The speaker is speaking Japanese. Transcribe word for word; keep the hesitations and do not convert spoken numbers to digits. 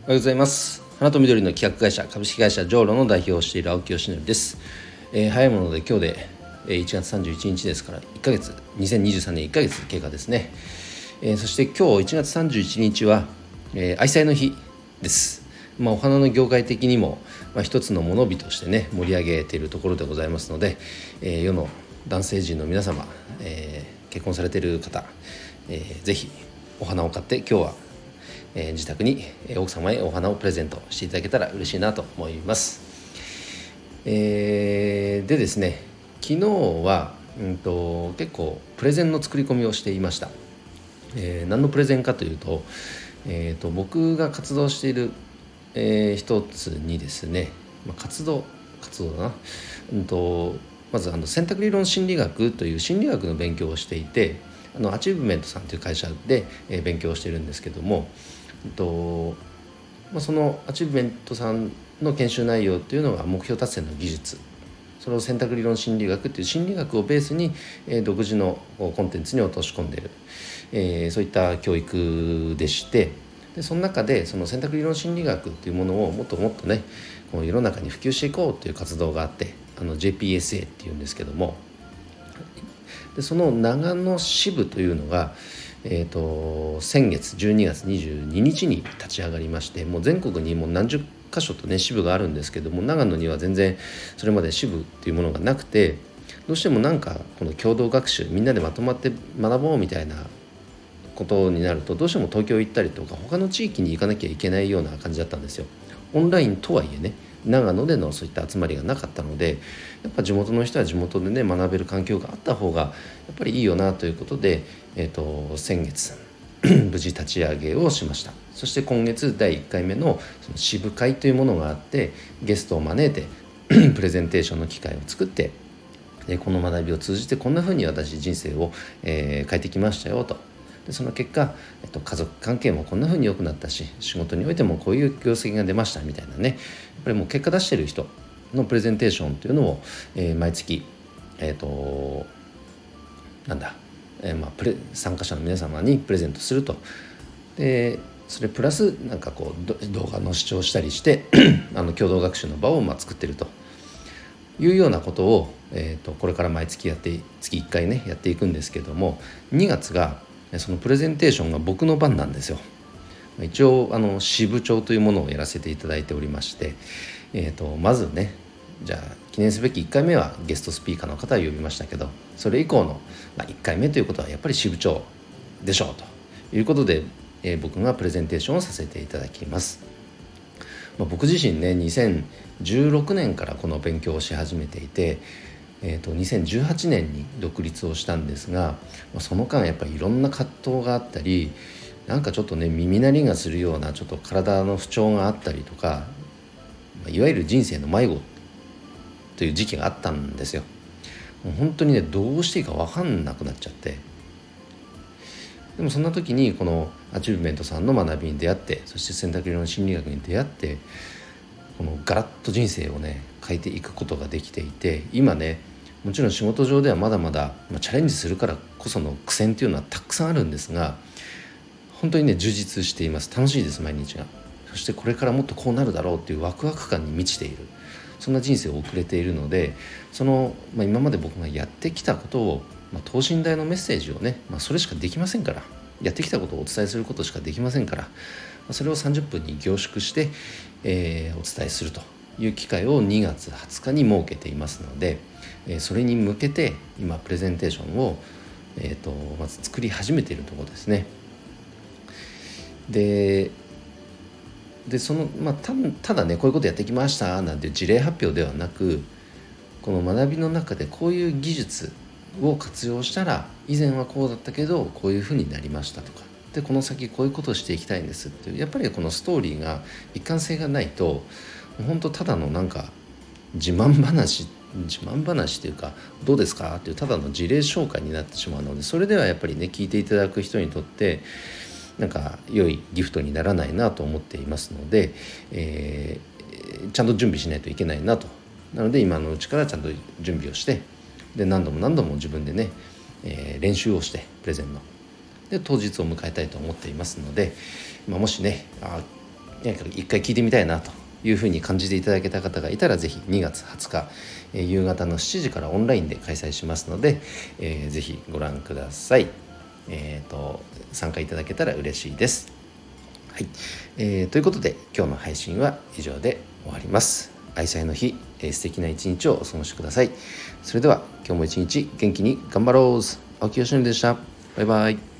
おはようございます。花と緑の企画会社株式会社ジョーロの代表をしている青木よしのりです。えー、早いもので今日で、えー、いちがつさんじゅういちにちですからいっかげつにせんにじゅうさんねんいっかげつ経過ですね。えー、そして今日いちがつさんじゅういちにちは、えー、愛妻の日です。まあ、お花の業界的にも、まあ、一つの物火としてね盛り上げているところでございますので、えー、世の男性陣の皆様、えー、結婚されている方、えー、ぜひお花を買って今日はえー、自宅に奥様へお花をプレゼントしていただけたら嬉しいなと思います。えー、でですね昨日は、うんと、結構プレゼンの作り込みをしていました。えー、何のプレゼンかというと、えーと、僕が活動している、えー、一つにですね、まあ、活動活動だな、うんと、まずあの選択理論心理学という心理学の勉強をしていて、あのアチーブメントさんという会社で、えー、勉強をしているんですけども、とまあ、そのアチーブメントさんの研修内容というのが目標達成の技術、それを選択理論心理学という心理学をベースに、えー、独自のコンテンツに落とし込んでいる、えー、そういった教育でして、でその中でその選択理論心理学というものをもっともっとねこう世の中に普及していこうという活動があって、あの ジェーピーエスエー っていうんですけども、でその長野支部というのがえー、と先月じゅうにがつにじゅうににちに立ち上がりまして、もう全国にもう何十か所とね支部があるんですけども、長野には全然それまで支部っていうものがなくて、どうしてもなんかこの共同学習みんなでまとまって学ぼうみたいなことになると、どうしても東京行ったりとか他の地域に行かなきゃいけないような感じだったんですよ。オンラインとはいえね、長野でのそういった集まりがなかったので、やっぱ地元の人は地元でね学べる環境があった方がやっぱりいいよなということで、えーと、先月無事立ち上げをしました。そして今月だいいっかいめのその支部会というものがあって、ゲストを招いてプレゼンテーションの機会を作って、でこの学びを通じてこんな風に私人生を、えー、変えてきましたよと。でその結果、えっと、家族関係もこんな風に良くなったし、仕事においてもこういう業績が出ましたみたいなね、やっぱりもう結果出してる人のプレゼンテーションというのを、えー、毎月、えーと、なんだ、えーまあ、プレ参加者の皆様にプレゼントすると。でそれプラスなんかこう動画の視聴したりしてあの共同学習の場をまあ作ってるというようなことを、えーと、これから毎月やって月いっかいねやっていくんですけども、にがつがそのプレゼンテーションが僕の番なんですよ。一応あの支部長というものをやらせていただいておりまして、えーと、まずねじゃあ記念すべきいっかいめはゲストスピーカーの方を呼びましたけど、それ以降の、まあ、いっかいめということはやっぱり支部長でしょうということで、えー、僕がプレゼンテーションをさせていただきます。まあ、僕自身ねにせんじゅうろくねんからこの勉強をし始めていて、えー、とにせんじゅうはちねんに独立をしたんですが、その間やっぱりいろんな葛藤があったり、なんかちょっとね耳鳴りがするようなちょっと体の不調があったりとか、いわゆる人生の迷子という時期があったんですよ。もう本当にねどうしていいか分かんなくなっちゃって、でもそんな時にこのアチューブメントさんの学びに出会って、そして選択理論心理学に出会って、このガラッと人生をね変えていくことができていて、今ねもちろん仕事上ではまだまだ、まあ、チャレンジするからこその苦戦というのはたくさんあるんですが、本当にね充実しています。楽しいです毎日が。そしてこれからもっとこうなるだろうっていうワクワク感に満ちている、そんな人生を送れているので、その、まあ、今まで僕がやってきたことを、まあ、等身大のメッセージをね、まあ、それしかできませんから、やってきたことをお伝えすることしかできませんから、まあ、それをさんじゅっぷんに凝縮して、えー、お伝えするという機会をにがつはつかに設けていますので、えー、それに向けて今プレゼンテーションを、えーと、まず作り始めているところですね。ででその、まあ、た, ただねこういうことやってきましたなんていう事例発表ではなく、この学びの中でこういう技術を活用したら以前はこうだったけどこういうふうになりましたとか、でこの先こういうことをしていきたいんですっていう、やっぱりこのストーリーが一貫性がないと本当ただのなんか自慢話自慢話というかどうですかっていうただの事例紹介になってしまうので、それではやっぱりね聞いていただく人にとってなんか良いギフトにならないなと思っていますので、えー、ちゃんと準備しないといけないなと。なので今のうちからちゃんと準備をして、で何度も何度も自分でね、えー、練習をしてプレゼンので当日を迎えたいと思っていますので、まあ、もしねあ一回聞いてみたいなというふうに感じていただけた方がいたら、ぜひにがつはつか、えー、夕方のしちじからオンラインで開催しますので、えー、ぜひご覧ください。えーと参加いただけたら嬉しいです。はい、えー、ということで今日の配信は以上で終わります。愛妻の日、えー、素敵な一日をお過ごしください。それでは今日も一日元気に頑張ろう。青木よしのりでした。バイバイ。